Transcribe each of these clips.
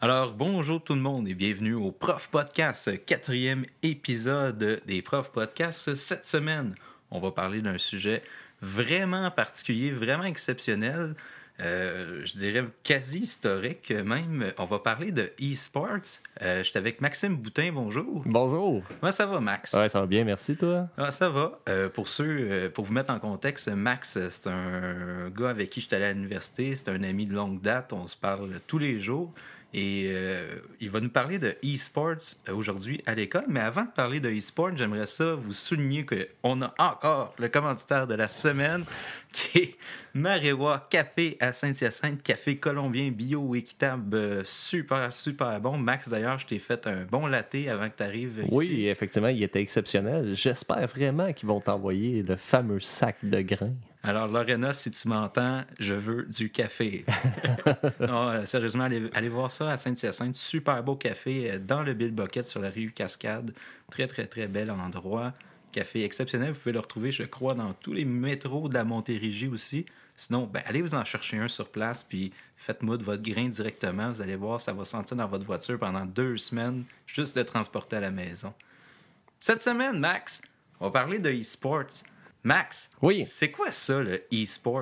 Alors, bonjour tout le monde et bienvenue au Prof Podcast, quatrième épisode des Prof Podcasts. Cette semaine, on va parler d'un sujet vraiment particulier, vraiment exceptionnel, je dirais quasi historique même. On va parler de e-sports. Je suis avec Maxime Boutin, bonjour. Bonjour. Comment ça va, Max? Ouais, ça va bien, merci, toi. Ah, ça va. Pour vous mettre en contexte, Max, c'est un gars avec qui je suis allé à l'université. C'est un ami de longue date. On se parle tous les jours. Et il va nous parler de e-sports aujourd'hui à l'école. Mais avant de parler de e-sports, j'aimerais ça vous souligner qu'on a encore le commanditaire de la semaine, qui est Marewa Café à Saint-Hyacinthe, café colombien bio équitable, super, super bon. Max, d'ailleurs, je t'ai fait un bon latte avant que tu arrives ici. Oui, effectivement, il était exceptionnel. J'espère vraiment qu'ils vont t'envoyer le fameux sac de grains. Alors, Lorena, si tu m'entends, je veux du café. Non, sérieusement, allez voir ça à Saint-Hyacinthe. Super beau café dans le Bill Bucket sur la rue Cascade. Très, très, très bel endroit. Café exceptionnel. Vous pouvez le retrouver, je crois, dans tous les métros de la Montérégie aussi. Sinon, allez vous en chercher un sur place, puis faites-moi de votre grain directement. Vous allez voir, ça va sentir dans votre voiture pendant 2 semaines, juste le transporter à la maison. Cette semaine, Max, on va parler de e-sports. Max, oui. C'est quoi ça, le e-sports?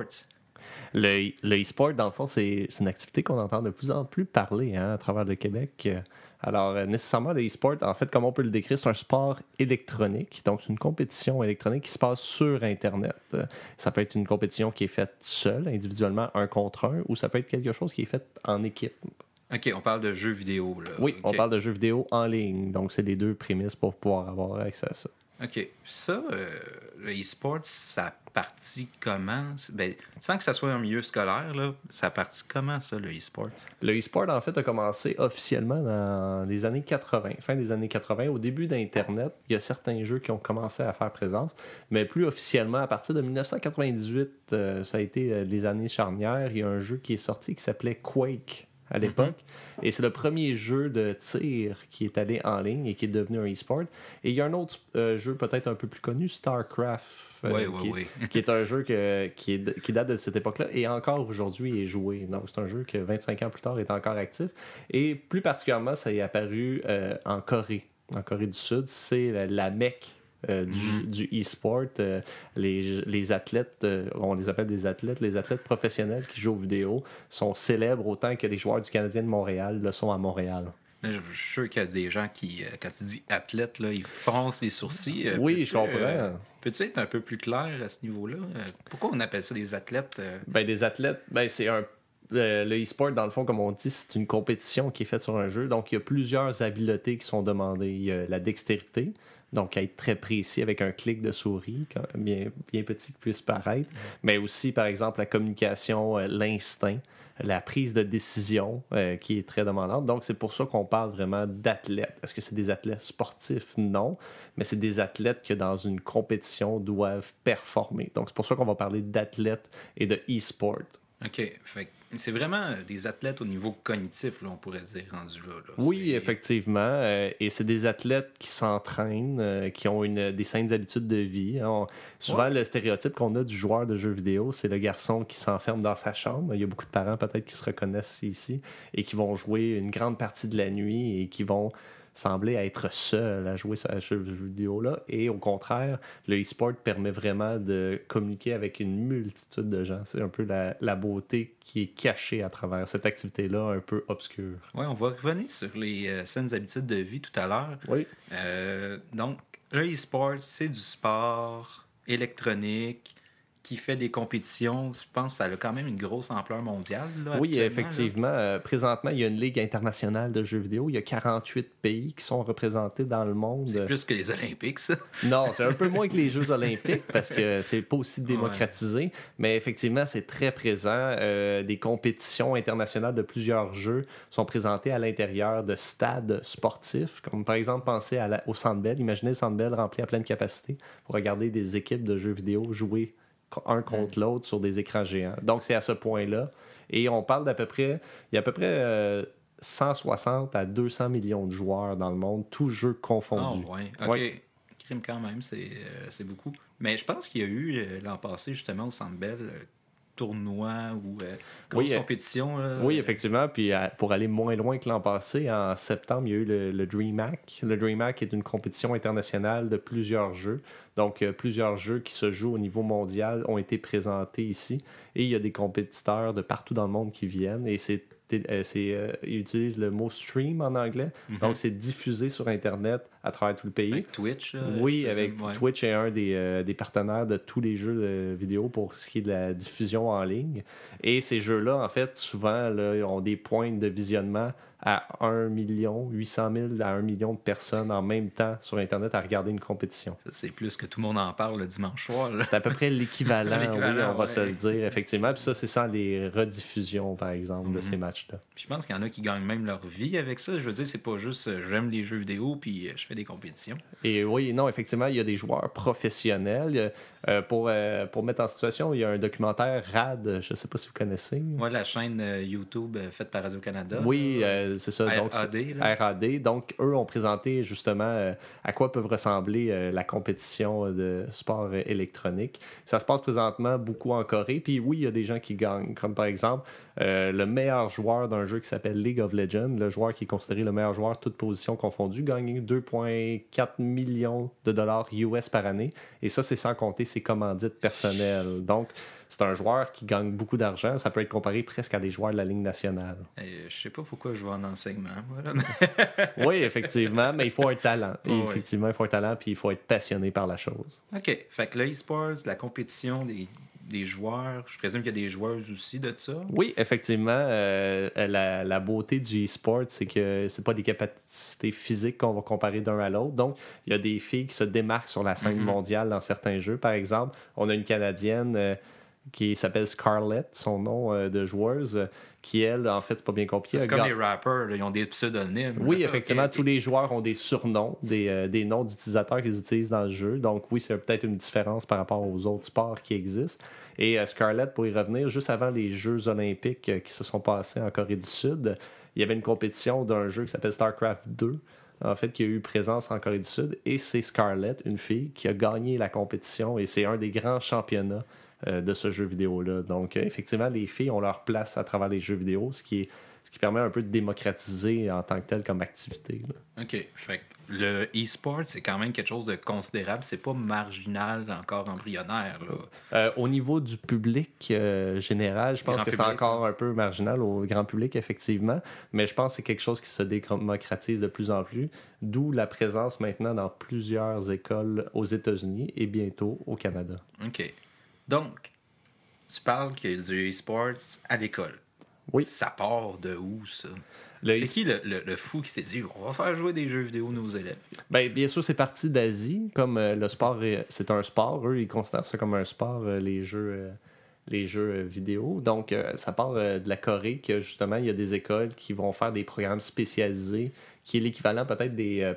Le e-sport, dans le fond, c'est une activité qu'on entend de plus en plus parler à travers le Québec. Alors, nécessairement, le e-sport, en fait, comme on peut le décrire, c'est un sport électronique. Donc, c'est une compétition électronique qui se passe sur Internet. Ça peut être une compétition qui est faite seule, individuellement, un contre un, ou ça peut être quelque chose qui est fait en équipe. OK, on parle de jeux vidéo, là. Oui, okay. On parle de jeux vidéo en ligne. Donc, c'est les deux prémices pour pouvoir avoir accès à ça. OK. Ça, le e-sport, ça partit comment? Sans que ça soit un milieu scolaire, là, ça partit comment, ça, le e-sport? Le e-sport, en fait, a commencé officiellement dans les années 80, fin des années 80. Au début d'Internet, il y a certains jeux qui ont commencé à faire présence, mais plus officiellement, à partir de 1998, ça a été les années charnières. Il y a un jeu qui est sorti qui s'appelait Quake à l'époque. Et c'est le premier jeu de tir qui est allé en ligne et qui est devenu un e-sport. Et il y a un autre jeu peut-être un peu plus connu, StarCraft, qui est un jeu qui date de cette époque-là et encore aujourd'hui est joué. Donc c'est un jeu que 25 ans plus tard est encore actif. Et plus particulièrement, ça est apparu en Corée du Sud. C'est la Mecque du e-sport. Les athlètes, on les appelle des athlètes, les athlètes professionnels qui jouent aux vidéos sont célèbres autant que les joueurs du Canadien de Montréal le sont à Montréal. Je suis sûr qu'il y a des gens qui, quand tu dis athlète, là, ils froncent les sourcils. Oui, je comprends. Peux-tu être un peu plus clair à ce niveau-là? Pourquoi on appelle ça des athlètes? Des athlètes, c'est le e-sport, dans le fond, comme on dit, c'est une compétition qui est faite sur un jeu. Donc, il y a plusieurs habiletés qui sont demandées. Il y a la dextérité, donc être très précis avec un clic de souris, bien petit que puisse paraître. Mais aussi, par exemple, la communication, l'instinct, la prise de décision qui est très demandante. Donc, c'est pour ça qu'on parle vraiment d'athlètes. Est-ce que c'est des athlètes sportifs? Non. Mais c'est des athlètes qui, dans une compétition, doivent performer. Donc, c'est pour ça qu'on va parler d'athlètes et de e-sport. OK. Fait c'est vraiment des athlètes au niveau cognitif, là, on pourrait dire, rendu là. Oui, effectivement. Et c'est des athlètes qui s'entraînent, qui ont des saines habitudes de vie. Souvent, le stéréotype qu'on a du joueur de jeux vidéo, c'est le garçon qui s'enferme dans sa chambre. Il y a beaucoup de parents peut-être qui se reconnaissent ici et qui vont jouer une grande partie de la nuit et qui vont sembler être seul à jouer ce jeu vidéo-là. Et au contraire, le e-sport permet vraiment de communiquer avec une multitude de gens. C'est un peu la beauté qui est cachée à travers cette activité-là un peu obscure. Oui, on va revenir sur les saines habitudes de vie tout à l'heure. Oui. Donc, le e-sport, c'est du sport électronique qui fait des compétitions. Je pense que ça a quand même une grosse ampleur mondiale. Là, oui, effectivement. Présentement, il y a une ligue internationale de jeux vidéo. Il y a 48 pays qui sont représentés dans le monde. C'est plus que les Olympiques, ça. Non, c'est un peu moins que les Jeux olympiques parce que c'est pas aussi démocratisé. Ouais. Mais effectivement, c'est très présent. Des compétitions internationales de plusieurs jeux sont présentées à l'intérieur de stades sportifs. Comme par exemple, pensez au Centre Bell. Imaginez le Centre Bell rempli à pleine capacité pour regarder des équipes de jeux vidéo jouer un contre l'autre sur des écrans géants. Donc, c'est à ce point-là. Et on parle il y a à peu près 160 à 200 millions de joueurs dans le monde, tous jeux confondus. Ah, ouais. OK. Ouais. Crime quand même, c'est beaucoup. Mais je pense qu'il y a eu l'an passé, justement, au Centre Bell, tournois ou grosses compétitions. Oui, effectivement. Puis pour aller moins loin que l'an passé, en septembre, il y a eu le DreamHack. Le DreamHack est une compétition internationale de plusieurs jeux. Donc, plusieurs jeux qui se jouent au niveau mondial ont été présentés ici. Et il y a des compétiteurs de partout dans le monde qui viennent. Et ils utilisent le mot stream en anglais. Donc, c'est diffusé sur Internet à travers tout le pays. Avec Twitch. Oui, Twitch est un des partenaires de tous les jeux de vidéo pour ce qui est de la diffusion en ligne. Et ces jeux-là, en fait, souvent, là, ont des points de visionnement à 800 000 à 1 million de personnes en même temps sur Internet à regarder une compétition. Ça, c'est plus que tout le monde en parle le dimanche soir. Là. C'est à peu près l'équivalent, oui, on va se le dire, effectivement. Puis ça, c'est sans les rediffusions, par exemple, de ces matchs-là. Puis je pense qu'il y en a qui gagnent même leur vie avec ça. Je veux dire, c'est pas juste j'aime les jeux vidéo puis je fais des compétitions. Et oui, non, effectivement, il y a des joueurs professionnels. Pour mettre en situation, il y a un documentaire RAD, je ne sais pas si vous connaissez. Oui, la chaîne YouTube faite par Radio-Canada. Oui, c'est ça. RAD. Donc, eux ont présenté justement à quoi peuvent ressembler la compétition de sport électronique. Ça se passe présentement beaucoup en Corée. Puis oui, il y a des gens qui gagnent, comme par exemple le meilleur joueur d'un jeu qui s'appelle League of Legends, le joueur qui est considéré le meilleur joueur, toutes positions confondues, gagne 2,4 millions de dollars US par année. Et ça, c'est sans compter ses commandites personnelles. Donc, c'est un joueur qui gagne beaucoup d'argent. Ça peut être comparé presque à des joueurs de la Ligue nationale. Je sais pas pourquoi je vais en enseignement. Voilà. Oui, effectivement, mais il faut un talent. Et effectivement, il faut un talent puis il faut être passionné par la chose. OK. Fait que le e-sports, la compétition des joueurs, je présume qu'il y a des joueuses aussi de ça? Oui, effectivement. La beauté du e-sport, c'est que c'est pas des capacités physiques qu'on va comparer d'un à l'autre. Donc, il y a des filles qui se démarquent sur la scène mondiale dans certains jeux. Par exemple, on a une Canadienne qui s'appelle Scarlett, son nom de joueuse, qui, elle, en fait, c'est pas bien compliqué. C'est comme les rappers, là, ils ont des pseudonymes. Oui, effectivement, tous les joueurs ont des surnoms, des noms d'utilisateurs qu'ils utilisent dans le jeu. Donc oui, c'est peut-être une différence par rapport aux autres sports qui existent. Et Scarlett, pour y revenir, juste avant les Jeux olympiques qui se sont passés en Corée du Sud, il y avait une compétition d'un jeu qui s'appelle StarCraft 2, en fait, qui a eu présence en Corée du Sud. Et c'est Scarlett, une fille, qui a gagné la compétition. Et c'est un des grands championnats de ce jeu vidéo-là. Donc, effectivement, les filles ont leur place à travers les jeux vidéo, ce qui permet un peu de démocratiser en tant que tel comme activité. Là. OK. Fait que le e-sport, c'est quand même quelque chose de considérable. C'est pas marginal, encore embryonnaire. Là. Au niveau du public général, je pense que c'est encore un peu marginal au grand public, effectivement. Mais je pense que c'est quelque chose qui se démocratise de plus en plus. D'où la présence maintenant dans plusieurs écoles aux États-Unis et bientôt au Canada. OK. Donc, tu parles qu'il y a du e-sports à l'école. Oui. Ça part de où, ça? C'est qui le fou qui s'est dit « On va faire jouer des jeux vidéo nos élèves? » Bien sûr, c'est parti d'Asie. Comme le sport, c'est un sport. Eux, ils considèrent ça comme un sport, les jeux vidéo. Donc, ça part de la Corée, que justement, il y a des écoles qui vont faire des programmes spécialisés, qui est l'équivalent peut-être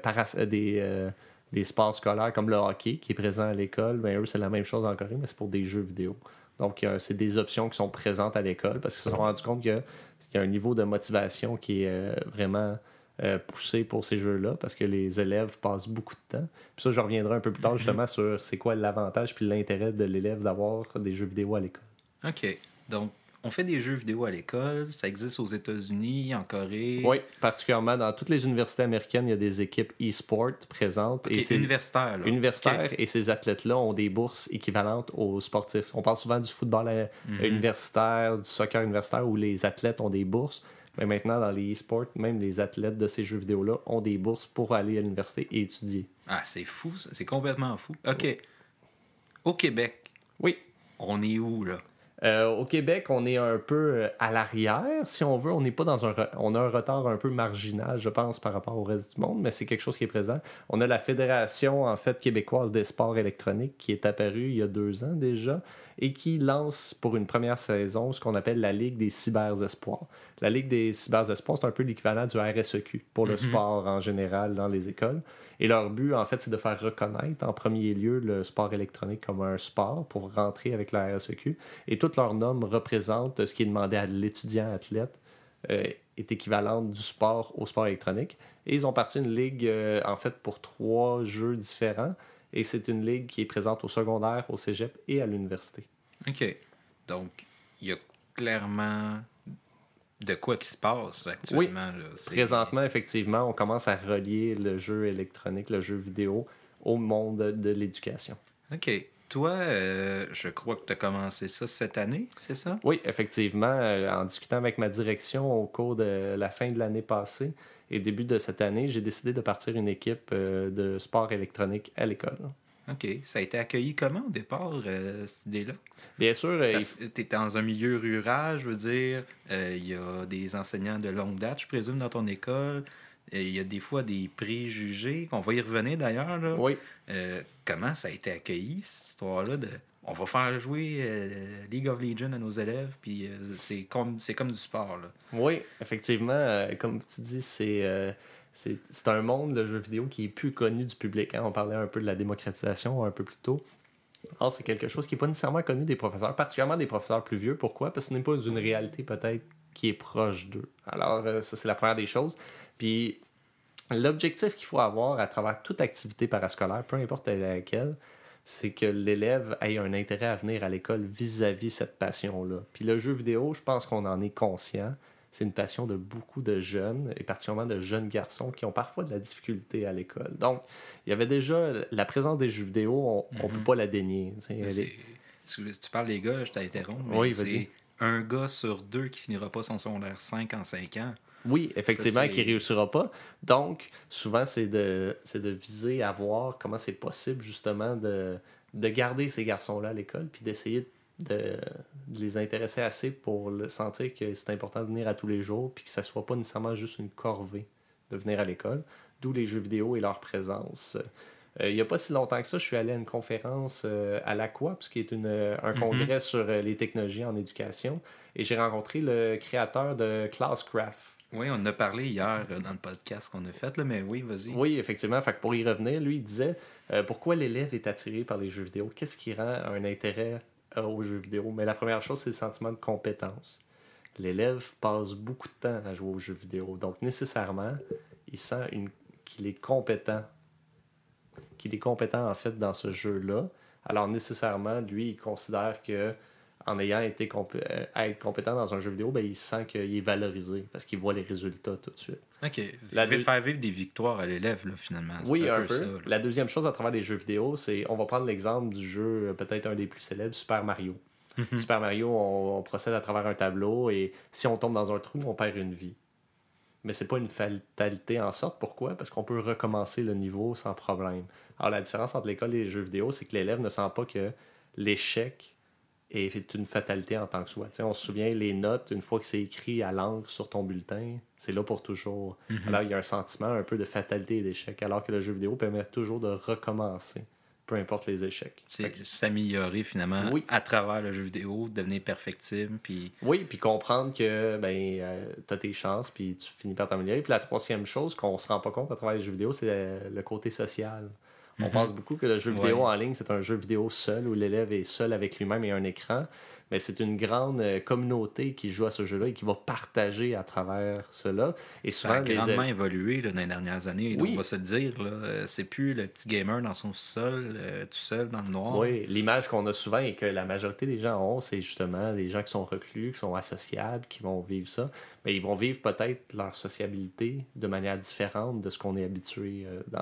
des sports scolaires comme le hockey qui est présent à l'école. Eux, c'est la même chose en Corée, mais c'est pour des jeux vidéo. Donc, c'est des options qui sont présentes à l'école parce qu'ils se sont rendus compte qu'il y a un niveau de motivation qui est vraiment poussé pour ces jeux-là parce que les élèves passent beaucoup de temps. Puis ça, je reviendrai un peu plus tard justement sur c'est quoi l'avantage puis l'intérêt de l'élève d'avoir des jeux vidéo à l'école. OK. Donc, on fait des jeux vidéo à l'école, ça existe aux États-Unis, en Corée. Oui, particulièrement dans toutes les universités américaines, il y a des équipes e-sport présentes. Okay, et universitaires. Là. Universitaires, okay. Et ces athlètes-là ont des bourses équivalentes aux sportifs. On parle souvent du football universitaire, du soccer universitaire, où les athlètes ont des bourses. Mais maintenant, dans les e-sports, même les athlètes de ces jeux vidéo-là ont des bourses pour aller à l'université et étudier. Ah, c'est fou, ça. C'est complètement fou. OK. Oui. Au Québec, oui. On est où, là? Au Québec, on est un peu à l'arrière, si on veut. On n'est pas on a un retard un peu marginal, je pense, par rapport au reste du monde, mais c'est quelque chose qui est présent. On a la Fédération, en fait, québécoise des sports électroniques qui est apparue il y a 2 ans déjà et qui lance pour une première saison ce qu'on appelle la Ligue des cyberespoirs. La Ligue des cyberespoirs, c'est un peu l'équivalent du RSEQ pour le sport en général dans les écoles. Et leur but, en fait, c'est de faire reconnaître en premier lieu le sport électronique comme un sport pour rentrer avec la RSEQ. Et toutes leurs normes représentent ce qui est demandé à l'étudiant athlète est équivalente du sport au sport électronique. Et ils ont parti une ligue, en fait, pour 3 jeux différents. Et c'est une ligue qui est présente au secondaire, au cégep et à l'université. OK. Donc, il y a clairement de quoi qui se passe actuellement. Oui. Là. Présentement, effectivement, on commence à relier le jeu électronique, le jeu vidéo, au monde de l'éducation. OK. Toi, je crois que tu as commencé ça cette année, c'est ça? Oui, effectivement, en discutant avec ma direction au cours de la fin de l'année passée et début de cette année, j'ai décidé de partir une équipe de sport électronique à l'école. OK. Ça a été accueilli comment au départ, cette idée-là? Bien sûr, Tu es dans un milieu rural, je veux dire. Il y a des enseignants de longue date, je présume, dans ton école. Il y a des fois des préjugés, qu'on va y revenir d'ailleurs. Là. oui, Comment ça a été accueilli, cette histoire-là de on va faire jouer League of Legends à nos élèves, puis c'est comme du sport. Là. oui, effectivement, comme tu dis, c'est un monde, le jeu vidéo, qui est plus connu du public. Hein. On parlait un peu de la démocratisation un peu plus tôt. Or, c'est quelque chose qui n'est pas nécessairement connu des professeurs, particulièrement des professeurs plus vieux. Pourquoi? Parce que ce n'est pas une réalité peut-être qui est proche d'eux. Alors, ça, c'est la première des choses. Puis, l'objectif qu'il faut avoir à travers toute activité parascolaire, peu importe laquelle, c'est que l'élève ait un intérêt à venir à l'école vis-à-vis cette passion-là. Puis le jeu vidéo, je pense qu'on en est conscient. C'est une passion de beaucoup de jeunes, et particulièrement de jeunes garçons qui ont parfois de la difficulté à l'école. Donc, il y avait déjà la présence des jeux vidéo, on ne peut pas la dénier. Si tu parles des gars, je t'interromps, mais Oui, c'est un gars sur deux qui finira pas son secondaire 5 en 5 ans. Oui, effectivement, qui ne réussira pas. Donc, souvent, c'est de viser à voir comment c'est possible, justement, de garder ces garçons-là à l'école, puis d'essayer de les intéresser assez pour sentir que c'est important de venir à tous les jours, puis que ça ne soit pas nécessairement juste une corvée de venir à l'école, d'où les jeux vidéo et leur présence. Il n'y a pas si longtemps que ça, je suis allé à une conférence à l'AQUA, qui est un congrès sur les technologies en éducation, et j'ai rencontré le créateur de Classcraft. Oui, on en a parlé hier dans le podcast qu'on a fait, là, mais oui, vas-y. Oui, effectivement. Fait que pour y revenir, lui, il disait pourquoi l'élève est attiré par les jeux vidéo. Qu'est-ce qui rend un intérêt aux jeux vidéo? Mais la première chose, c'est le sentiment de compétence. L'élève passe beaucoup de temps à jouer aux jeux vidéo. Donc, nécessairement, il sent qu'il est compétent. Qu'il est compétent, en fait, dans ce jeu-là. Alors, nécessairement, lui, il considère que en ayant été à être compétent dans un jeu vidéo, ben, il sent qu'il est valorisé parce qu'il voit les résultats tout de suite. OK. Faire vivre des victoires à l'élève, là, finalement. Oui, un peu. Ça, la deuxième chose à travers les jeux vidéo, c'est, on va prendre l'exemple du jeu, peut-être un des plus célèbres, Super Mario. Super Mario, on procède à travers un tableau et si on tombe dans un trou, on perd une vie. Mais c'est pas une fatalité en sorte. Pourquoi? Parce qu'on peut recommencer le niveau sans problème. Alors, la différence entre l'école et les jeux vidéo, c'est que l'élève ne sent pas que l'échec est une fatalité en tant que soi. T'sais, on se souvient, les notes, une fois que c'est écrit à l'encre sur ton bulletin, c'est là pour toujours. Alors, il y a un sentiment un peu de fatalité et d'échec, alors que le jeu vidéo permet toujours de recommencer, peu importe les échecs. C'est s'améliorer, finalement, à travers le jeu vidéo, devenir perfectible, puis... Oui, puis comprendre que tu as tes chances, puis tu finis par t'améliorer. Puis la troisième chose qu'on se rend pas compte à travers les jeux vidéo, c'est le côté social. On pense beaucoup que le jeu vidéo en ligne, c'est un jeu vidéo seul où l'élève est seul avec lui-même et un écran. Mais c'est une grande communauté qui joue à ce jeu-là et qui va partager à travers cela. Et ça a grandement évolué là, dans les dernières années. Oui. On va se le dire, là, c'est plus le petit gamer dans son sol, tout seul dans le noir. Oui, l'image qu'on a souvent et que la majorité des gens ont, c'est justement des gens qui sont reclus, qui sont associables, qui vont vivre ça. Mais ils vont vivre peut-être leur sociabilité de manière différente de ce qu'on est habitué dans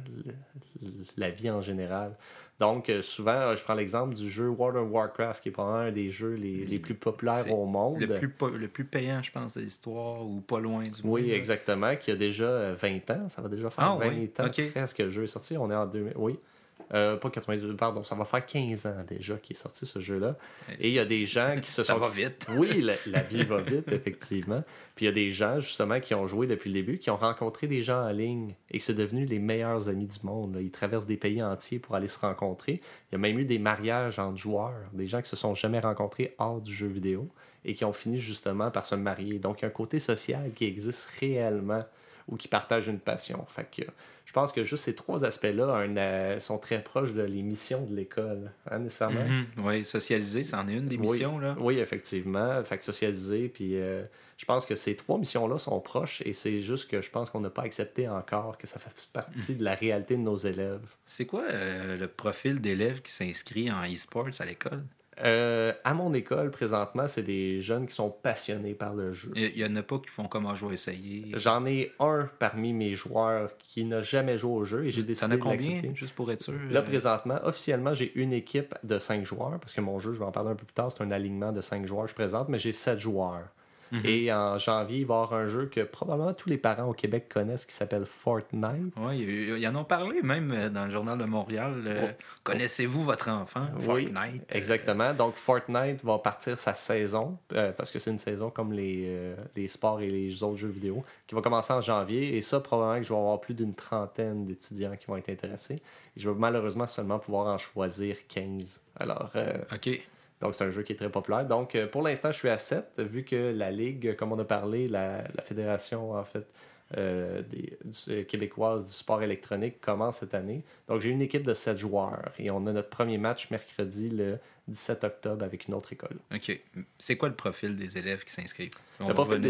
la vie en général. Donc, souvent, je prends l'exemple du jeu World of Warcraft, qui est probablement un des jeux les plus populaires au monde. Le plus payant, je pense, de l'histoire, ou pas loin du monde. Oui, exactement, qui a déjà 20 ans. Ça va déjà faire 20 ans presque que le jeu est sorti. On est en 2000. Oui. Pas 92, pardon, ça va faire 15 ans déjà qu'il est sorti ce jeu-là. Et il y a des gens qui se sont... Ça va vite. Oui, la vie va vite, effectivement. Puis il y a des gens, justement, qui ont joué depuis le début, qui ont rencontré des gens en ligne et qui sont devenus les meilleurs amis du monde. Ils traversent des pays entiers pour aller se rencontrer. Il y a même eu des mariages entre joueurs, des gens qui se sont jamais rencontrés hors du jeu vidéo et qui ont fini justement par se marier. Donc, il y a un côté social qui existe réellement ou qui partagent une passion. Fait que je pense que juste ces trois aspects-là sont très proches de les missions de l'école, hein, nécessairement. Oui, socialiser, c'en est une des missions. Oui, là. Oui, effectivement. Fait que socialiser, puis je pense que ces trois missions-là sont proches et c'est juste que je pense qu'on n'a pas accepté encore que ça fait partie de la réalité de nos élèves. C'est quoi le profil d'élève qui s'inscrit en e-sports à l'école? À mon école, présentement, c'est des jeunes qui sont passionnés par le jeu. Il y en a pas qui font comme je vais essayer. J'en ai un parmi mes joueurs qui n'a jamais joué au jeu et j'ai décidé T'en as de l'accepter. combien, juste pour être sûr? Là, présentement, officiellement, j'ai une équipe de 5 joueurs, parce que mon jeu, je vais en parler un peu plus tard, c'est un alignement de 5 joueurs que je présente, mais j'ai 7 joueurs. Et en janvier, il va y avoir un jeu que probablement tous les parents au Québec connaissent qui s'appelle Fortnite. Oui, ils en ont parlé même dans le Journal de Montréal. Connaissez-vous votre enfant? Fortnite. Oui, exactement. Donc, Fortnite va partir sa saison, parce que c'est une saison comme les sports et les autres jeux vidéo, qui va commencer en janvier. Et ça, probablement que je vais avoir plus d'une trentaine d'étudiants qui vont être intéressés. Et je vais malheureusement seulement pouvoir en choisir 15. Alors, OK. donc, c'est un jeu qui est très populaire. Donc, pour l'instant, je suis à 7, vu que la Ligue, comme on a parlé, la fédération, en fait, québécoise du sport électronique commence cette année. Donc, j'ai une équipe de 7 joueurs et on a notre premier match mercredi, le 17 octobre, avec une autre école. OK. C'est quoi le profil des élèves qui s'inscrivent? Le profil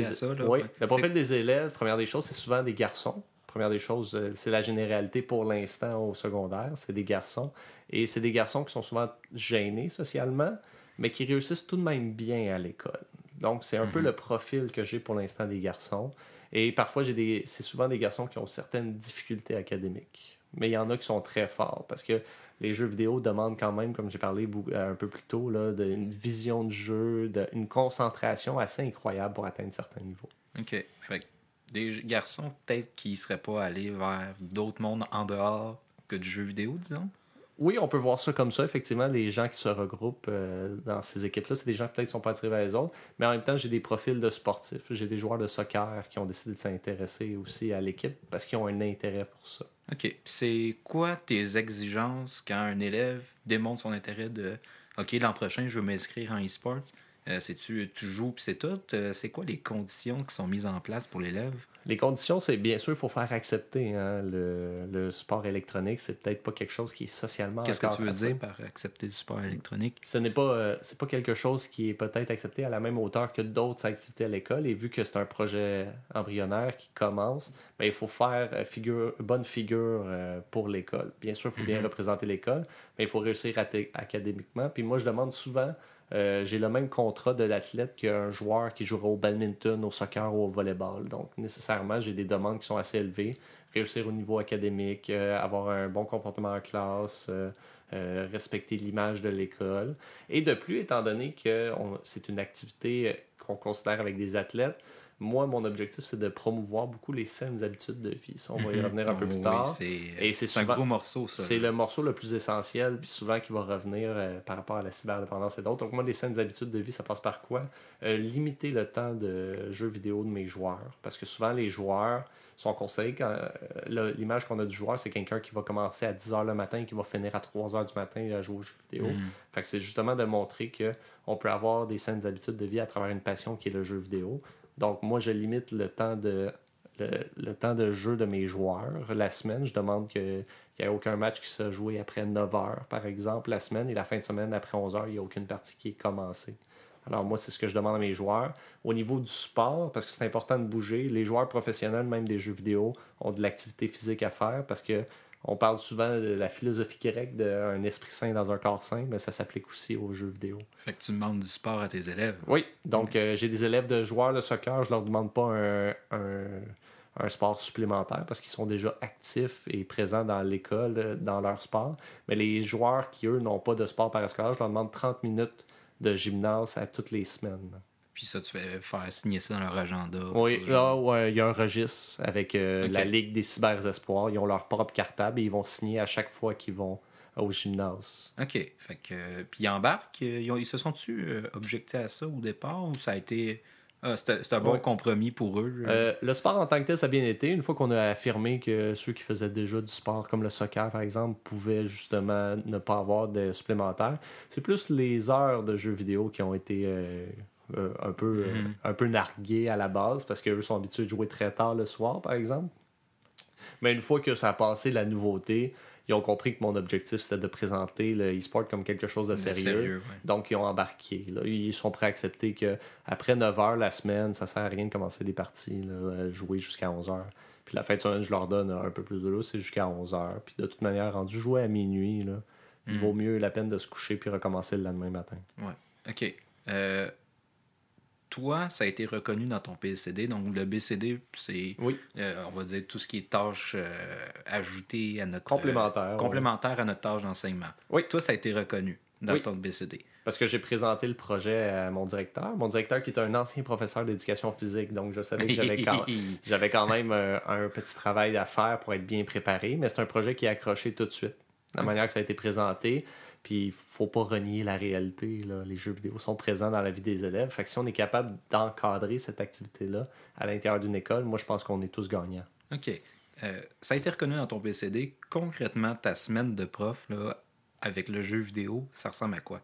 des élèves, première des choses, c'est souvent des garçons. Première des choses, c'est la généralité pour l'instant au secondaire, c'est des garçons. Et c'est des garçons qui sont souvent gênés socialement, mais qui réussissent tout de même bien à l'école. Donc, c'est un peu le profil que j'ai pour l'instant des garçons. Et parfois, c'est souvent des garçons qui ont certaines difficultés académiques. Mais il y en a qui sont très forts, parce que les jeux vidéo demandent quand même, comme j'ai parlé un peu plus tôt, là, une vision de jeu, une concentration assez incroyable pour atteindre certains niveaux. OK. Fait que des garçons, peut-être, qui ne seraient pas allés vers d'autres mondes en dehors que du jeu vidéo, disons? Oui, on peut voir ça comme ça. Effectivement, les gens qui se regroupent dans ces équipes-là, c'est des gens qui peut-être ne sont pas attirés vers les autres. Mais en même temps, j'ai des profils de sportifs. J'ai des joueurs de soccer qui ont décidé de s'intéresser aussi à l'équipe parce qu'ils ont un intérêt pour ça. OK. C'est quoi tes exigences quand un élève démontre son intérêt de « OK, l'an prochain, je veux m'inscrire en e-sports ». Tu joues puis c'est tout. C'est quoi les conditions qui sont mises en place pour l'élève? Les conditions, c'est bien sûr, il faut faire accepter le sport électronique. C'est peut-être pas quelque chose qui est socialement. Qu'est-ce que tu veux dire par accepter le sport électronique? Ce n'est pas, c'est pas quelque chose qui est peut-être accepté à la même hauteur que d'autres activités à l'école. Et vu que c'est un projet embryonnaire qui commence, ben, il faut faire bonne figure pour l'école. Bien sûr, il faut bien représenter l'école, mais il faut réussir académiquement. Puis moi, je demande souvent. J'ai le même contrat de l'athlète qu'un joueur qui jouera au badminton, au soccer ou au volleyball. Donc, nécessairement, j'ai des demandes qui sont assez élevées. Réussir au niveau académique, avoir un bon comportement en classe, respecter l'image de l'école. Et de plus, étant donné que c'est une activité qu'on considère avec des athlètes, moi, mon objectif, c'est de promouvoir beaucoup les saines habitudes de vie. Ça, on va y revenir un peu plus tard. C'est un gros morceau, ça. C'est le morceau le plus essentiel, puis souvent qui va revenir par rapport à la cyberdépendance et d'autres. Donc, moi, les saines habitudes de vie, ça passe par quoi? Limiter le temps de jeux vidéo de mes joueurs. Parce que souvent, les joueurs sont conseillés quand l'image qu'on a du joueur, c'est quelqu'un qui va commencer à 10h le matin et qui va finir à 3h du matin à jouer aux jeux vidéo. Fait que c'est justement de montrer qu'on peut avoir des saines habitudes de vie à travers une passion qui est le jeu vidéo. Donc, moi, je limite le temps de jeu de mes joueurs. La semaine, je demande qu'il n'y ait aucun match qui soit joué après 9h, par exemple, la semaine. Et la fin de semaine, après 11h, il n'y a aucune partie qui est commencée. Alors, moi, c'est ce que je demande à mes joueurs. Au niveau du sport, parce que c'est important de bouger, les joueurs professionnels, même des jeux vidéo, ont de l'activité physique à faire parce que on parle souvent de la philosophie grecque d'un esprit sain dans un corps sain, mais ça s'applique aussi aux jeux vidéo. Fait que tu demandes du sport à tes élèves. Oui, donc j'ai des élèves de joueurs de soccer, je leur demande pas un sport supplémentaire parce qu'ils sont déjà actifs et présents dans l'école, dans leur sport. Mais les joueurs qui, eux, n'ont pas de sport parascolaire, je leur demande 30 minutes de gymnase à toutes les semaines. Puis ça, tu fais faire signer ça dans leur agenda. Oui, là, il y a un registre avec la Ligue des Cyberespoirs. Ils ont leur propre cartable et ils vont signer à chaque fois qu'ils vont au gymnase. OK. Fait que, puis ils embarquent. Ils se sont-tu objectés à ça au départ ou ça a été... c'est un bon compromis pour eux? Le sport en tant que tel, ça a bien été. Une fois qu'on a affirmé que ceux qui faisaient déjà du sport, comme le soccer par exemple, pouvaient justement ne pas avoir de supplémentaires, c'est plus les heures de jeux vidéo qui ont été... un peu nargués à la base parce qu'eux sont habitués de jouer très tard le soir, par exemple. Mais une fois que ça a passé la nouveauté, ils ont compris que mon objectif, c'était de présenter le e-sport comme quelque chose de sérieux. Ouais. Donc, ils ont embarqué. Là. Ils sont prêts à accepter qu'après 9h la semaine, ça sert à rien de commencer des parties, là, jouer jusqu'à 11h. Puis la fin de semaine, je leur donne un peu plus de l'eau, c'est jusqu'à 11h. Puis de toute manière, rendu jouer à minuit, là, Il vaut mieux la peine de se coucher puis recommencer le lendemain matin. Ouais. OK. Toi, ça a été reconnu dans ton BCD. Donc, le BCD, c'est, Oui. on va dire, tout ce qui est tâches ajoutées à notre... Complémentaire. à notre tâche d'enseignement. Oui. Toi, ça a été reconnu dans ton BCD. Parce que j'ai présenté le projet à mon directeur. Mon directeur qui est un ancien professeur d'éducation physique. Donc, je savais que j'avais quand même un petit travail à faire pour être bien préparé. Mais c'est un projet qui est accroché tout de suite. La manière que ça a été présenté. Puis, il ne faut pas renier la réalité. Là. Les jeux vidéo sont présents dans la vie des élèves. Fait que si on est capable d'encadrer cette activité-là à l'intérieur d'une école, moi, je pense qu'on est tous gagnants. OK. Ça a été reconnu dans ton BCD. Concrètement, ta semaine de prof là, avec le jeu vidéo, ça ressemble à quoi?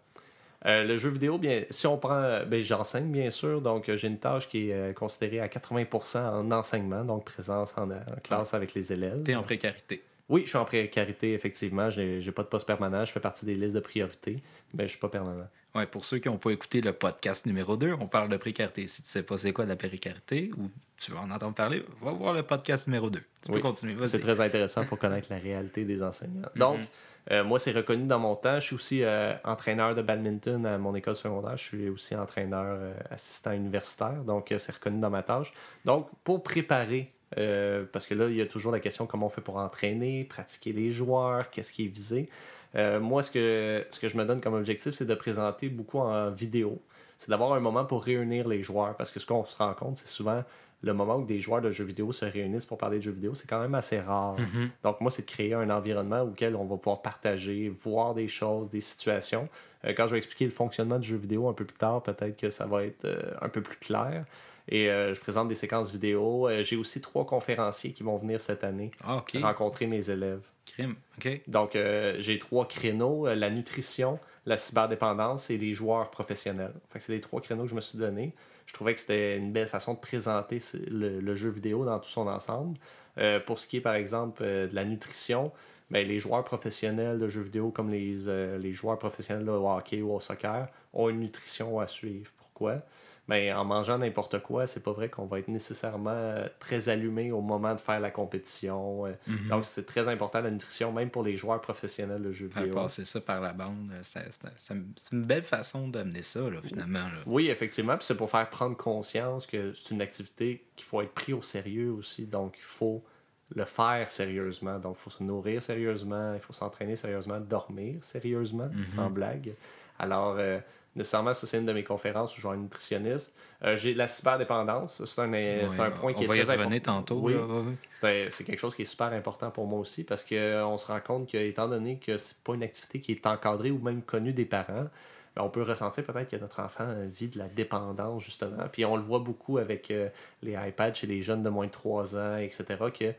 Le jeu vidéo, bien, si on prend, j'enseigne bien sûr, donc j'ai une tâche qui est considérée à 80% en enseignement, donc présence en classe avec les élèves. Tu es en précarité. Oui, je suis en précarité, effectivement. Je n'ai pas de poste permanent. Je fais partie des listes de priorité, mais je ne suis pas permanent. Ouais, pour ceux qui n'ont pas écouté le podcast numéro 2, on parle de précarité. Si tu ne sais pas c'est quoi la précarité ou tu veux en entendre parler, va voir le podcast numéro 2. Tu peux continuer. Vas-y. C'est très intéressant pour connaître la réalité des enseignants. Donc, moi, c'est reconnu dans mon temps. Je suis aussi entraîneur de badminton à mon école secondaire. Je suis aussi entraîneur assistant universitaire. Donc, c'est reconnu dans ma tâche. Donc, pour préparer, parce que là, il y a toujours la question comment on fait pour entraîner, pratiquer les joueurs, qu'est-ce qui est visé. Moi, ce que je me donne comme objectif, c'est de présenter beaucoup en vidéo. C'est d'avoir un moment pour réunir les joueurs. Parce que ce qu'on se rend compte, c'est souvent le moment où des joueurs de jeux vidéo se réunissent pour parler de jeux vidéo, c'est quand même assez rare. Donc moi, c'est de créer un environnement auquel on va pouvoir partager, voir des choses, des situations. Quand je vais expliquer le fonctionnement du jeu vidéo un peu plus tard, peut-être que ça va être un peu plus clair. Et je présente des séquences vidéo. J'ai aussi 3 conférenciers qui vont venir cette année rencontrer mes élèves. Crime, OK. Donc, j'ai 3 créneaux, la nutrition, la cyberdépendance et les joueurs professionnels. Fait que c'est les 3 créneaux que je me suis donnés. Je trouvais que c'était une belle façon de présenter le jeu vidéo dans tout son ensemble. Pour ce qui est, par exemple, de la nutrition, bien, les joueurs professionnels de jeux vidéo, comme les joueurs professionnels de hockey ou au soccer, ont une nutrition à suivre. Pourquoi? Mais en mangeant n'importe quoi, c'est pas vrai qu'on va être nécessairement très allumé au moment de faire la compétition. Donc, c'est très important la nutrition, même pour les joueurs professionnels de jeux vidéo. Passer ça par la bande, c'est une belle façon d'amener ça, là, finalement. Là. Oui, effectivement. Puis c'est pour faire prendre conscience que c'est une activité qu'il faut être pris au sérieux aussi. Donc, il faut le faire sérieusement. Donc, il faut se nourrir sérieusement, il faut s'entraîner sérieusement, dormir sérieusement, sans blague. Alors... nécessairement, ça, c'est une de mes conférences où je suis un nutritionniste. J'ai la cyberdépendance. C'est un point qui est très important. On va y revenir tantôt. Oui. C'est quelque chose qui est super important pour moi aussi parce qu'on se rend compte qu'étant donné que c'est pas une activité qui est encadrée ou même connue des parents, on peut ressentir peut-être que notre enfant vit de la dépendance, justement. Puis on le voit beaucoup avec les iPads chez les jeunes de moins de 3 ans, etc., que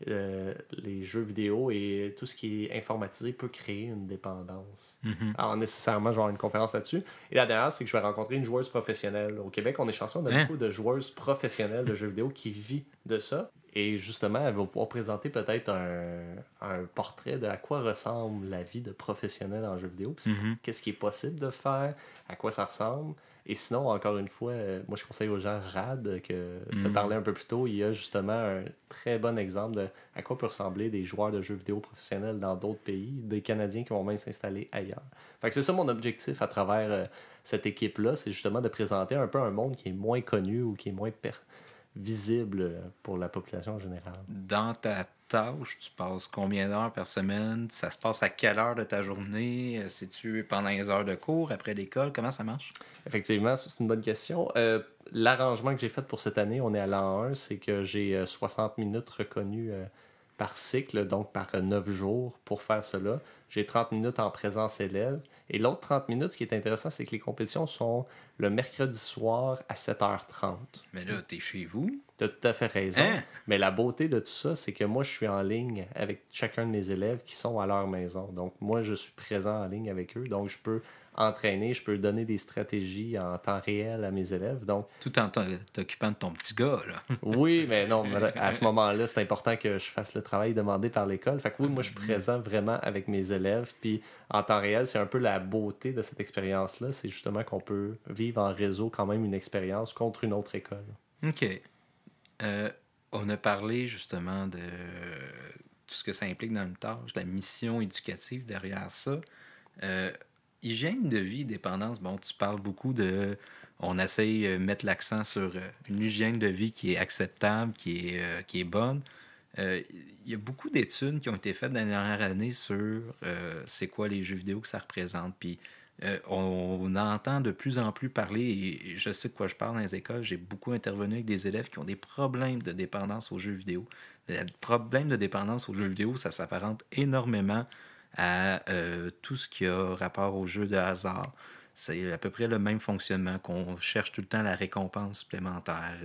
les jeux vidéo et tout ce qui est informatisé peut créer une dépendance. Alors, nécessairement, je vais avoir une conférence là-dessus. Et la dernière, c'est que je vais rencontrer une joueuse professionnelle. Au Québec, on est chanceux, on a beaucoup de joueuses professionnelles de jeux vidéo qui vivent de ça. Et justement, elle va pouvoir présenter peut-être un portrait de à quoi ressemble la vie de professionnel en jeux vidéo. Qu'est-ce qui est possible de faire, à quoi ça ressemble. Et sinon, encore une fois, moi je conseille aux gens RAD, que tu as parlé un peu plus tôt, il y a justement un très bon exemple de à quoi peut ressembler des joueurs de jeux vidéo professionnels dans d'autres pays, des Canadiens qui vont même s'installer ailleurs. Fait que c'est ça mon objectif à travers cette équipe-là, c'est justement de présenter un peu un monde qui est moins connu ou qui est moins visible pour la population en général. Dans ta tâche, tu passes combien d'heures par semaine? Ça se passe à quelle heure de ta journée? C'est-tu pendant les heures de cours, après l'école? Comment ça marche? Effectivement, c'est une bonne question. L'arrangement que j'ai fait pour cette année, on est à l'an 1, c'est que j'ai 60 minutes reconnues par cycle, donc par 9 jours pour faire cela. J'ai 30 minutes en présence élève. Et l'autre 30 minutes, ce qui est intéressant, c'est que les compétitions sont le mercredi soir à 7h30. Mais là, t'es chez vous? T'as tout à fait raison. Mais la beauté de tout ça, c'est que moi, je suis en ligne avec chacun de mes élèves qui sont à leur maison. Donc, moi, je suis présent en ligne avec eux. Donc, je peux entraîner, je peux donner des stratégies en temps réel à mes élèves. Donc, tout en t'occupant de ton petit gars, là. Oui, mais non, à ce moment-là, c'est important que je fasse le travail demandé par l'école. Fait que oui, moi, je suis présent vraiment avec mes élèves. Puis, en temps réel, c'est un peu la beauté de cette expérience-là. C'est justement qu'on peut vivre en réseau quand même une expérience contre une autre école. OK. On a parlé justement de tout ce que ça implique dans une tâche, la mission éducative derrière ça. Euh, Hygiène de vie, dépendance, bon, tu parles beaucoup de... On essaye de mettre l'accent sur une hygiène de vie qui est acceptable, qui est bonne. Il y a beaucoup d'études qui ont été faites dans les dernières années sur c'est quoi les jeux vidéo que ça représente. Puis on entend de plus en plus parler, et je sais de quoi je parle dans les écoles. J'ai beaucoup intervenu avec des élèves qui ont des problèmes de dépendance aux jeux vidéo. Le problème de dépendance aux jeux vidéo, ça s'apparente énormément à tout ce qui a rapport aux jeux de hasard. C'est à peu près le même fonctionnement, qu'on cherche tout le temps la récompense supplémentaire.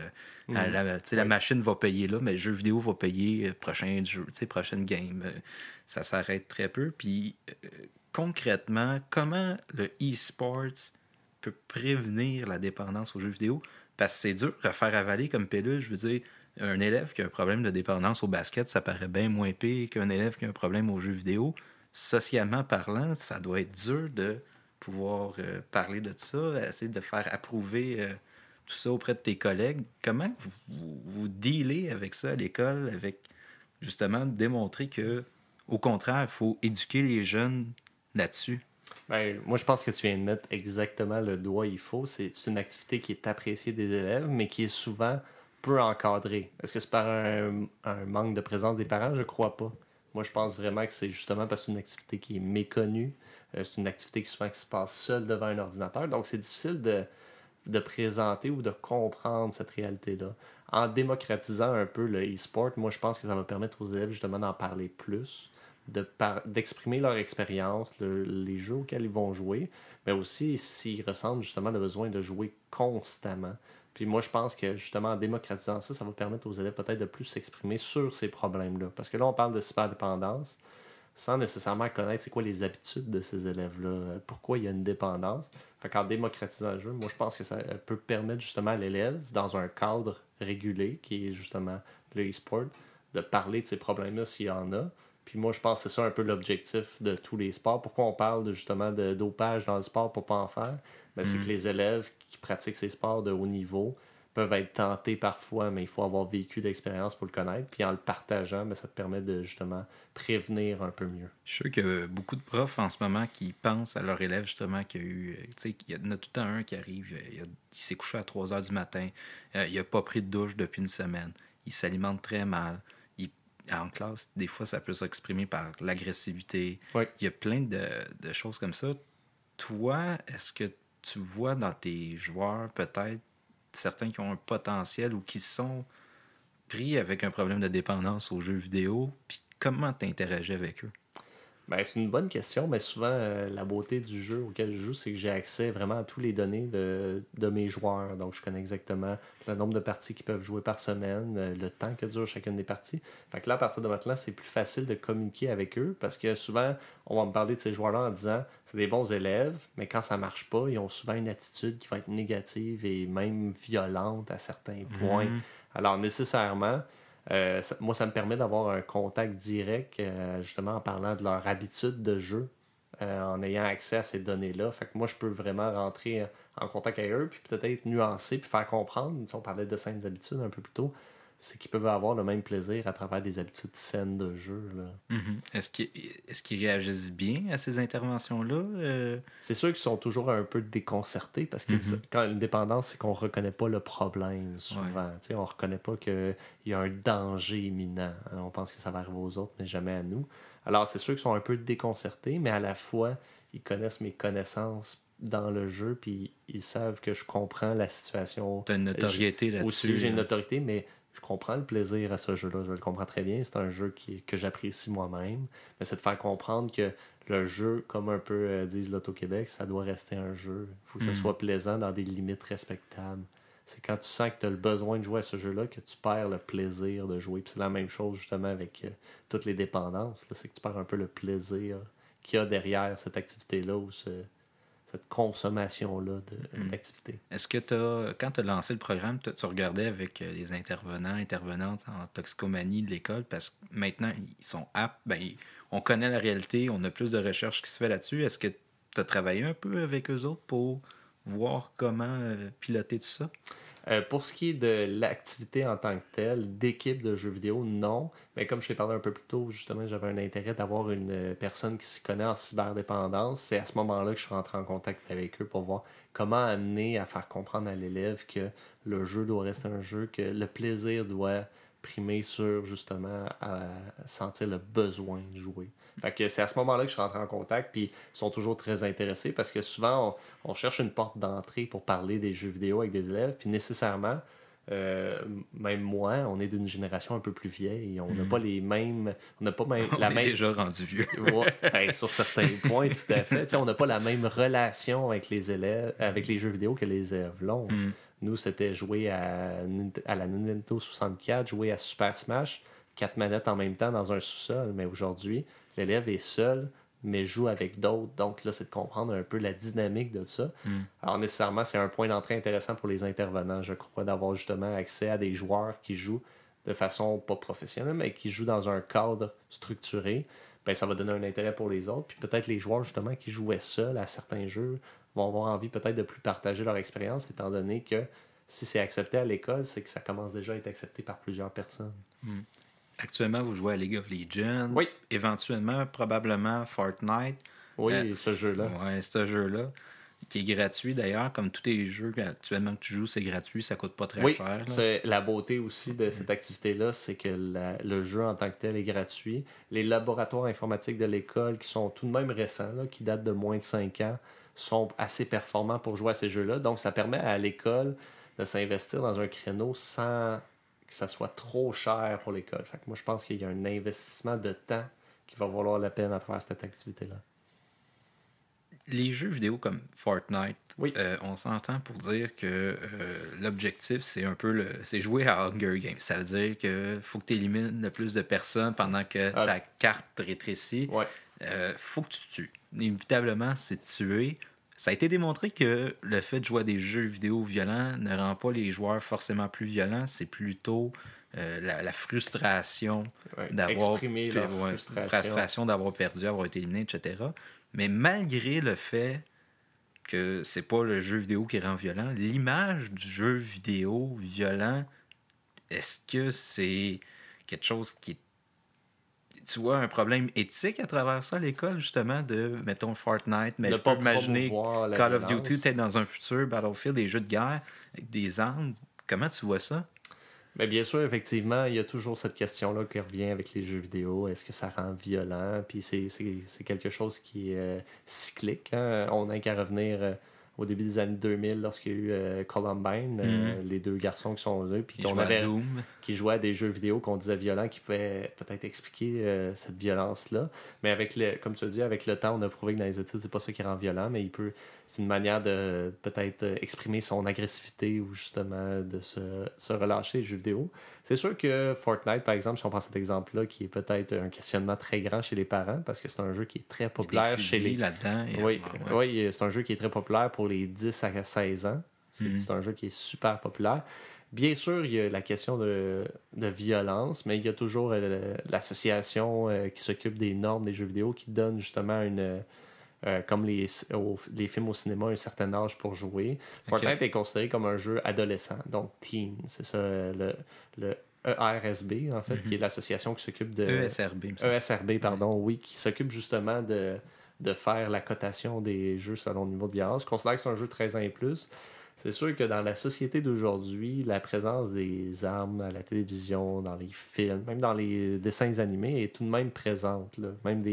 La machine va payer là, mais le jeu vidéo va payer prochain jeu, prochaine game. Ça s'arrête très peu. Puis concrètement, comment le e-sport peut prévenir la dépendance aux jeux vidéo? Parce que c'est dur à faire avaler comme pilule. Je veux dire, un élève qui a un problème de dépendance au basket, ça paraît bien moins pire qu'un élève qui a un problème aux jeux vidéo. Socialement parlant, ça doit être dur de pouvoir parler de ça, essayer de faire approuver tout ça auprès de tes collègues. Comment vous dealez avec ça à l'école, avec justement démontrer que, au contraire, il faut éduquer les jeunes là-dessus? Ben, moi, je pense que tu viens de mettre exactement le doigt il faut. C'est une activité qui est appréciée des élèves, mais qui est souvent peu encadrée. Est-ce que c'est par un manque de présence des parents? Je crois pas. Moi, je pense vraiment que c'est justement parce que c'est une activité qui est méconnue. C'est une activité qui souvent qui se passe seule devant un ordinateur. Donc, c'est difficile de présenter ou de comprendre cette réalité-là. En démocratisant un peu le e-sport, moi, je pense que ça va permettre aux élèves justement d'en parler plus, d'exprimer leur expérience, les jeux auxquels ils vont jouer, mais aussi s'ils ressentent justement le besoin de jouer constamment. Puis moi, je pense que justement en démocratisant ça, ça va permettre aux élèves peut-être de plus s'exprimer sur ces problèmes-là. Parce que là, on parle de cyberdépendance sans nécessairement connaître c'est quoi les habitudes de ces élèves-là, pourquoi il y a une dépendance. Fait qu'en démocratisant le jeu, moi, je pense que ça peut permettre justement à l'élève, dans un cadre régulé, qui est justement le e-sport, de parler de ces problèmes-là s'il y en a. Puis moi, je pense que c'est ça un peu l'objectif de tous les sports. Pourquoi on parle justement de dopage dans le sport pour pas en faire? Ben, c'est que les élèves qui pratiquent ces sports de haut niveau peuvent être tentés parfois, mais il faut avoir vécu d'expérience pour le connaître. Puis en le partageant, ben, ça te permet de justement prévenir un peu mieux. Je suis sûr qu'il y a beaucoup de profs en ce moment qui pensent à leur élève justement qu'il y a eu. Tu sais, il y en a tout le temps un qui arrive, il s'est couché à 3 heures du matin, il n'a pas pris de douche depuis une semaine, il s'alimente très mal. En classe, des fois, ça peut s'exprimer par l'agressivité. Oui. Il y a plein de choses comme ça. Toi, est-ce que tu vois dans tes joueurs peut-être certains qui ont un potentiel ou qui sont pris avec un problème de dépendance aux jeux vidéo, puis comment tu interagis avec eux? Ben, c'est une bonne question, mais souvent, la beauté du jeu auquel je joue, c'est que j'ai accès vraiment à toutes les données de mes joueurs. Donc, je connais exactement le nombre de parties qu'ils peuvent jouer par semaine, le temps que dure chacune des parties. Fait que là, à partir de maintenant, c'est plus facile de communiquer avec eux parce que souvent, on va me parler de ces joueurs-là en disant c'est des bons élèves, mais quand ça marche pas, ils ont souvent une attitude qui va être négative et même violente à certains points. Alors, nécessairement, moi, ça me permet d'avoir un contact direct, justement en parlant de leur habitude de jeu, en ayant accès à ces données-là. Fait que moi, je peux vraiment rentrer en contact avec eux, puis peut-être nuancer, puis faire comprendre. Si on parlait de saines habitudes un peu plus tôt, c'est qu'ils peuvent avoir le même plaisir à travers des habitudes saines de jeu. Là. Est-ce qu'ils réagissent bien à ces interventions-là? C'est sûr qu'ils sont toujours un peu déconcertés parce que quand une dépendance, c'est qu'on ne reconnaît pas le problème souvent. On ne reconnaît pas qu'il y a un danger imminent. On pense que ça va arriver aux autres, mais jamais à nous. Alors, c'est sûr qu'ils sont un peu déconcertés, mais à la fois, ils connaissent mes connaissances dans le jeu, puis ils savent que je comprends la situation. Tu as une notoriété là-dessus. Aussi, j'ai une notoriété, mais je comprends le plaisir à ce jeu-là. Je le comprends très bien. C'est un jeu que j'apprécie moi-même. Mais c'est de faire comprendre que le jeu, comme un peu disent l'Auto-Québec, ça doit rester un jeu. Il faut que ça soit plaisant dans des limites respectables. C'est quand tu sens que tu as le besoin de jouer à ce jeu-là que tu perds le plaisir de jouer. Puis c'est la même chose justement avec toutes les dépendances. Là. C'est que tu perds un peu le plaisir qu'il y a derrière cette activité-là ou cette consommation-là d'activité. Est-ce que quand tu as lancé le programme, tu regardais avec les intervenantes en toxicomanie de l'école, parce que maintenant, ils sont aptes, on connaît la réalité, on a plus de recherches qui se fait là-dessus. Est-ce que tu as travaillé un peu avec eux autres pour voir comment piloter tout ça? Pour ce qui est de l'activité en tant que telle, d'équipe de jeux vidéo, non. Mais comme je t'ai parlé un peu plus tôt, justement, j'avais un intérêt d'avoir une personne qui s'y connaît en cyberdépendance. C'est à ce moment-là que je suis rentré en contact avec eux pour voir comment amener à faire comprendre à l'élève que le jeu doit rester un jeu, que le plaisir doit primer sur, justement, à sentir le besoin de jouer. Fait que c'est à ce moment-là que je suis rentré en contact, puis ils sont toujours très intéressés parce que souvent, on cherche une porte d'entrée pour parler des jeux vidéo avec des élèves, puis nécessairement, même moi, on est d'une génération un peu plus vieille, on n'a pas les mêmes... On n'a pas même, On est déjà rendu vieux. Ouais, ben, sur certains points, tout à fait. T'sais, on n'a pas la même relation avec les élèves, avec les jeux vidéo que les élèves l'ont. Nous, c'était jouer à la Nintendo 64, jouer à Super Smash, 4 manettes en même temps dans un sous-sol, mais aujourd'hui, l'élève est seul, mais joue avec d'autres. Donc là, c'est de comprendre un peu la dynamique de ça. Alors nécessairement, c'est un point d'entrée intéressant pour les intervenants, je crois, d'avoir justement accès à des joueurs qui jouent de façon pas professionnelle, mais qui jouent dans un cadre structuré. Ben, ça va donner un intérêt pour les autres. Puis peut-être les joueurs, justement, qui jouaient seuls à certains jeux vont avoir envie peut-être de plus partager leur expérience, étant donné que si c'est accepté à l'école, c'est que ça commence déjà à être accepté par plusieurs personnes. Actuellement, vous jouez à League of Legends. Oui. Éventuellement, probablement Fortnite. Oui, ce jeu-là. Oui, ce jeu-là, qui est gratuit d'ailleurs. Comme tous les jeux actuellement que tu joues, c'est gratuit, ça coûte pas très cher. Là. C'est la beauté aussi de cette activité-là, c'est que le jeu en tant que tel est gratuit. Les laboratoires informatiques de l'école, qui sont tout de même récents, là, qui datent de moins de 5 ans, sont assez performants pour jouer à ces jeux-là. Donc, ça permet à l'école de s'investir dans un créneau sans que ça soit trop cher pour l'école. Fait que moi, je pense qu'il y a un investissement de temps qui va valoir la peine à travers cette activité-là. Les jeux vidéo comme Fortnite, Oui. On s'entend pour dire que l'objectif, c'est un peu c'est jouer à Hunger Games. Ça veut dire qu'il faut que tu élimines le plus de personnes pendant que ta carte rétrécit. Ouais. Faut que tu tues. Inévitablement, c'est tuer. Ça a été démontré que le fait de jouer à des jeux vidéo violents ne rend pas les joueurs forcément plus violents. C'est plutôt la frustration d'avoir exprimer leur frustration d'avoir perdu, avoir été éliminé, etc. Mais malgré le fait que c'est pas le jeu vidéo qui rend violent, l'image du jeu vidéo violent, est-ce que c'est quelque chose qui... Tu vois un problème éthique à travers ça à l'école, justement, de, mettons, Fortnite, mais je peux imaginer Call of Duty, peut-être dans un futur Battlefield, des jeux de guerre avec des armes. Comment tu vois ça? Mais bien sûr, effectivement, il y a toujours cette question-là qui revient avec les jeux vidéo. Est-ce que ça rend violent? Puis c'est quelque chose qui est cyclique. Hein? On n'a qu'à revenir au début des années 2000 lorsqu'il y a eu Columbine, les deux garçons qui sont là, puis qui jouaient à des jeux vidéo qu'on disait violents, qui pouvaient peut-être expliquer cette violence-là. Mais comme tu as dit, avec le temps, on a prouvé que dans les études, c'est pas ça qui rend violent, mais c'est une manière de peut-être exprimer son agressivité ou justement de se relâcher les jeux vidéo. C'est sûr que Fortnite, par exemple, si on prend cet exemple-là, qui est peut-être un questionnement très grand chez les parents, parce que c'est un jeu qui est très populaire chez les... là-dedans. Oui, c'est un jeu qui est très populaire pour les 10 à 16 ans. C'est un jeu qui est super populaire. Bien sûr, il y a la question de violence, mais il y a toujours l'association qui s'occupe des normes des jeux vidéo qui donne justement comme les films au cinéma, un certain âge pour jouer. Fortnite est considéré comme un jeu adolescent, donc teen. C'est ça, le ERSB, en fait, qui est l'association qui s'occupe de... ESRB, pardon, oui, qui s'occupe justement de faire la cotation des jeux selon le niveau de violence. Je considère que c'est un jeu 13 ans et plus. C'est sûr que dans la société d'aujourd'hui, la présence des armes à la télévision, dans les films, même dans les dessins animés, est tout de même présente. Là. Même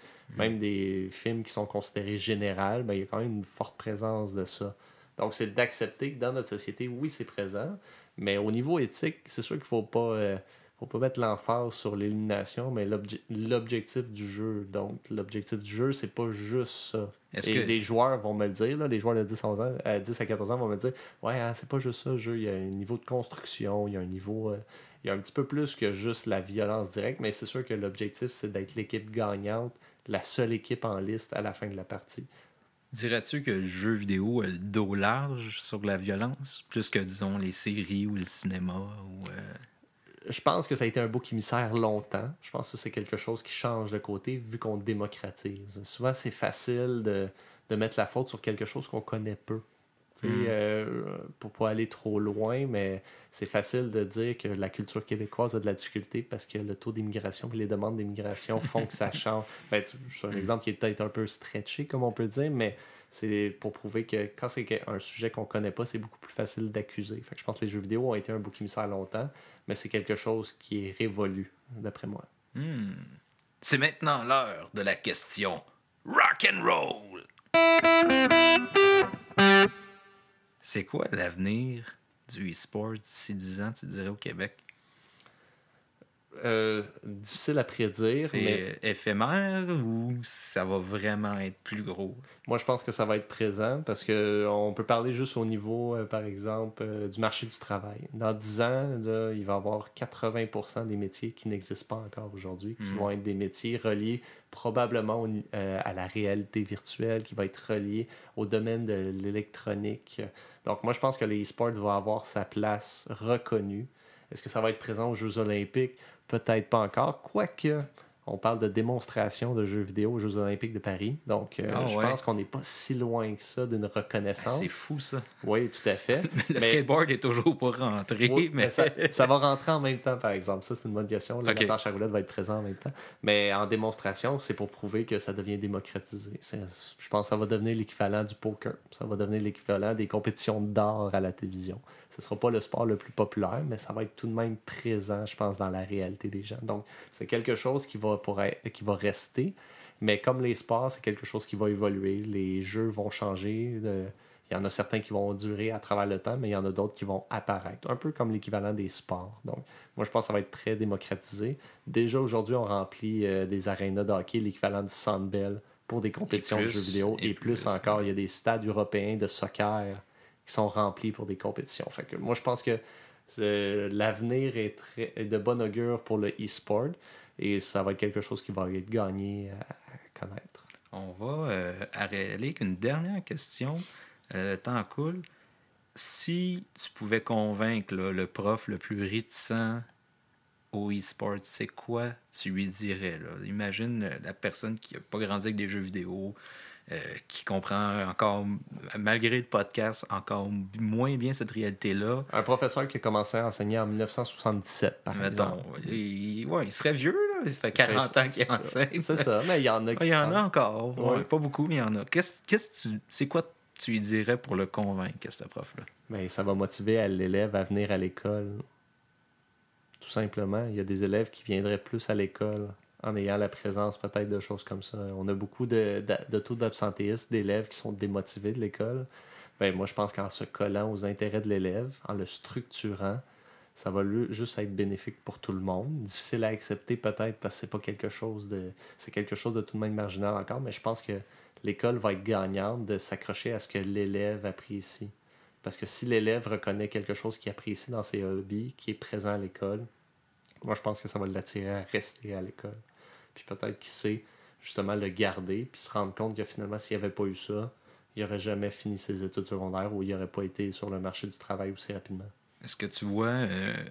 des films qui sont considérés généraux, ben, il y a quand même une forte présence de ça. Donc, c'est d'accepter que dans notre société, oui, c'est présent, mais au niveau éthique, c'est sûr qu'il ne faut pas mettre l'emphase sur l'élimination, mais l'objectif du jeu. Donc, l'objectif du jeu, c'est pas juste ça. Les joueurs vont me le dire, là, les joueurs de 10 à 14 ans vont me dire « Ouais, hein, c'est pas juste ça le jeu, il y a un niveau de construction, il y a un niveau... il y a un petit peu plus que juste la violence directe, mais c'est sûr que l'objectif, c'est d'être l'équipe gagnante, la seule équipe en liste à la fin de la partie. » Dirais-tu que le jeu vidéo a le dos large sur la violence, plus que, disons, les séries ou le cinéma ou... Je pense que ça a été un bouc émissaire longtemps. Je pense que c'est quelque chose qui change de côté vu qu'on démocratise. Souvent, c'est facile de mettre la faute sur quelque chose qu'on connaît peu. pour pas aller trop loin, mais c'est facile de dire que la culture québécoise a de la difficulté parce que le taux d'immigration et les demandes d'immigration font que ça change. C'est un exemple qui est peut-être un peu stretché, comme on peut dire, mais c'est pour prouver que quand c'est un sujet qu'on connaît pas, c'est beaucoup plus facile d'accuser. Fait que je pense que les jeux vidéo ont été un bouc émissaire longtemps, mais c'est quelque chose qui est révolu, d'après moi. C'est maintenant l'heure de la question rock and roll. C'est quoi l'avenir du e-sport d'ici 10 ans, tu dirais, au Québec? Difficile à prédire, c'est éphémère ou ça va vraiment être plus gros? Moi, je pense que ça va être présent parce qu'on peut parler juste au niveau, par exemple, du marché du travail. Dans 10 ans, là, il va y avoir 80% des métiers qui n'existent pas encore aujourd'hui, qui vont être des métiers reliés probablement à la réalité virtuelle, qui va être relié au domaine de l'électronique. Donc, moi, je pense que l'e-sport va avoir sa place reconnue. Est-ce que ça va être présent aux Jeux olympiques? Peut-être pas encore, quoique on parle de démonstration de jeux vidéo aux Jeux olympiques de Paris. Donc, je pense qu'on n'est pas si loin que ça d'une reconnaissance. C'est fou, ça. Oui, tout à fait. Le skateboard est toujours pas rentré. Oui, mais ça va rentrer en même temps, par exemple. Ça, c'est une bonne question. La planche à roulettes va être présente en même temps. Mais en démonstration, c'est pour prouver que ça devient démocratisé. Je pense que ça va devenir l'équivalent du poker. Ça va devenir l'équivalent des compétitions d'art à la télévision. Ce ne sera pas le sport le plus populaire, mais ça va être tout de même présent, je pense, dans la réalité des gens. Donc, c'est quelque chose qui va rester. Mais comme les sports, c'est quelque chose qui va évoluer. Les jeux vont changer. Il y en a certains qui vont durer à travers le temps, mais il y en a d'autres qui vont apparaître. Un peu comme l'équivalent des sports. Donc, moi, je pense que ça va être très démocratisé. Déjà, aujourd'hui, on remplit des arénas de hockey, l'équivalent du Centre Bell, pour des compétitions de jeux vidéo. Et plus encore, il y a des stades européens de soccer qui sont remplis pour des compétitions. Fait que moi, je pense que l'avenir est de bon augure pour le e-sport et ça va être quelque chose qui va être gagné à connaître. On va aller avec une dernière question. Le temps coule. Si tu pouvais convaincre le prof le plus réticent au e-sport, c'est quoi tu lui dirais? Là? Imagine la personne qui n'a pas grandi avec des jeux vidéo, qui comprend encore, malgré le podcast, encore moins bien cette réalité-là. Un professeur qui a commencé à enseigner en 1977, par exemple. Il serait vieux, là. Ça fait 40 ans qu'il enseigne. C'est ça, mais il y en a qui il y en a encore. Ouais. Pas beaucoup, mais il y en a. C'est quoi tu lui dirais pour le convaincre, ce prof-là? Ben, ça va motiver l'élève à venir à l'école. Tout simplement. Il y a des élèves qui viendraient plus à l'école en ayant la présence peut-être de choses comme ça. On a beaucoup de taux d'absentéisme d'élèves qui sont démotivés de l'école. Ben, moi, je pense qu'en se collant aux intérêts de l'élève, en le structurant, ça va juste être bénéfique pour tout le monde. Difficile à accepter peut-être parce que c'est quelque chose de tout de même marginal encore, mais je pense que l'école va être gagnante de s'accrocher à ce que l'élève apprécie. Parce que si l'élève reconnaît quelque chose qu'il apprécie dans ses hobbies, qui est présent à l'école, moi, je pense que ça va l'attirer à rester à l'école. Puis peut-être qu'il sait justement le garder, puis se rendre compte que finalement, s'il n'y avait pas eu ça, il n'aurait jamais fini ses études secondaires ou il n'aurait pas été sur le marché du travail aussi rapidement. Est-ce que tu vois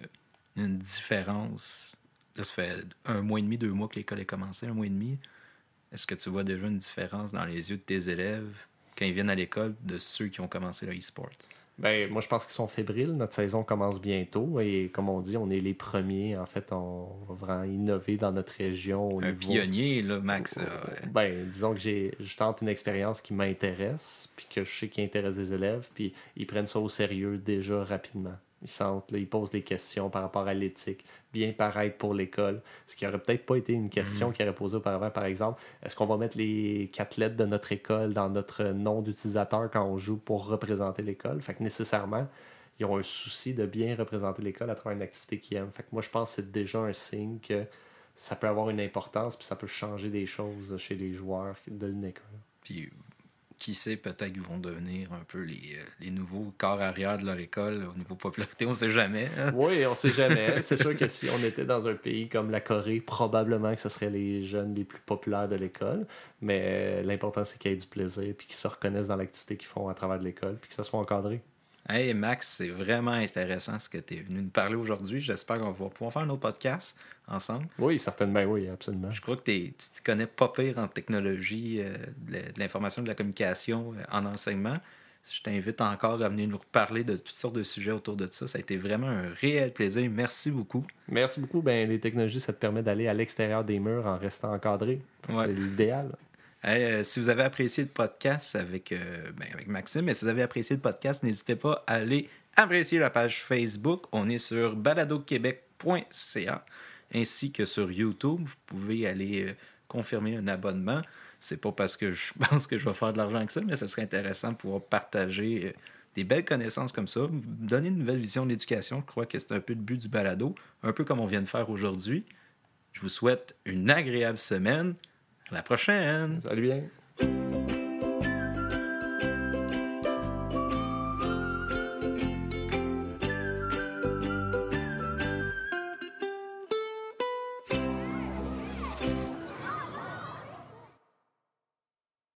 une différence? Là, ça fait 1 mois et demi, 2 mois que l'école a commencé, 1 mois et demi. Est-ce que tu vois déjà une différence dans les yeux de tes élèves quand ils viennent à l'école de ceux qui ont commencé le e-sport? Ben, moi, je pense qu'ils sont fébriles. Notre saison commence bientôt et comme on dit, on est les premiers. En fait, on va vraiment innover dans notre région. Pionnier, là, Max. Ben, disons que je tente une expérience qui m'intéresse puis que je sais qui intéresse des élèves puis ils prennent ça au sérieux déjà rapidement. Ils posent des questions par rapport à l'éthique, bien paraître pour l'école. Ce qui aurait peut-être pas été une question qu'ils auraient posée auparavant, par exemple. Est-ce qu'on va mettre les 4 lettres de notre école dans notre nom d'utilisateur quand on joue pour représenter l'école? Fait que nécessairement, ils ont un souci de bien représenter l'école à travers une activité qu'ils aiment. Fait que moi, je pense que c'est déjà un signe que ça peut avoir une importance puis ça peut changer des choses chez les joueurs de l'école. Puis qui sait, peut-être qu'ils vont devenir un peu les nouveaux corps arrière de leur école au niveau popularité, on sait jamais. Hein? Oui, on sait jamais. C'est sûr que si on était dans un pays comme la Corée, probablement que ce serait les jeunes les plus populaires de l'école. Mais l'important, c'est qu'ils aient du plaisir et qu'ils se reconnaissent dans l'activité qu'ils font à travers de l'école puis que ça soit encadré. Hey Max, c'est vraiment intéressant ce que tu es venu nous parler aujourd'hui. J'espère qu'on va pouvoir faire un autre podcast ensemble. Oui, certainement, oui, absolument. Je crois que tu te connais pas pire en technologie, de l'information, de la communication, en enseignement. Je t'invite encore à venir nous parler de toutes sortes de sujets autour de ça. Ça a été vraiment un réel plaisir. Merci beaucoup. Merci beaucoup. Ben, les technologies, ça te permet d'aller à l'extérieur des murs en restant encadré. Ouais. C'est l'idéal. Hey, si vous avez apprécié le podcast avec Maxime, mais si vous avez apprécié le podcast, n'hésitez pas à aller apprécier la page Facebook. On est sur baladoquebec.ca ainsi que sur YouTube. Vous pouvez aller confirmer un abonnement. C'est pas parce que je pense que je vais faire de l'argent avec ça, mais ça serait intéressant de pouvoir partager des belles connaissances comme ça, vous donner une nouvelle vision de l'éducation. Je crois que c'est un peu le but du balado, un peu comme on vient de faire aujourd'hui. Je vous souhaite une agréable semaine. À la prochaine! Salut bien!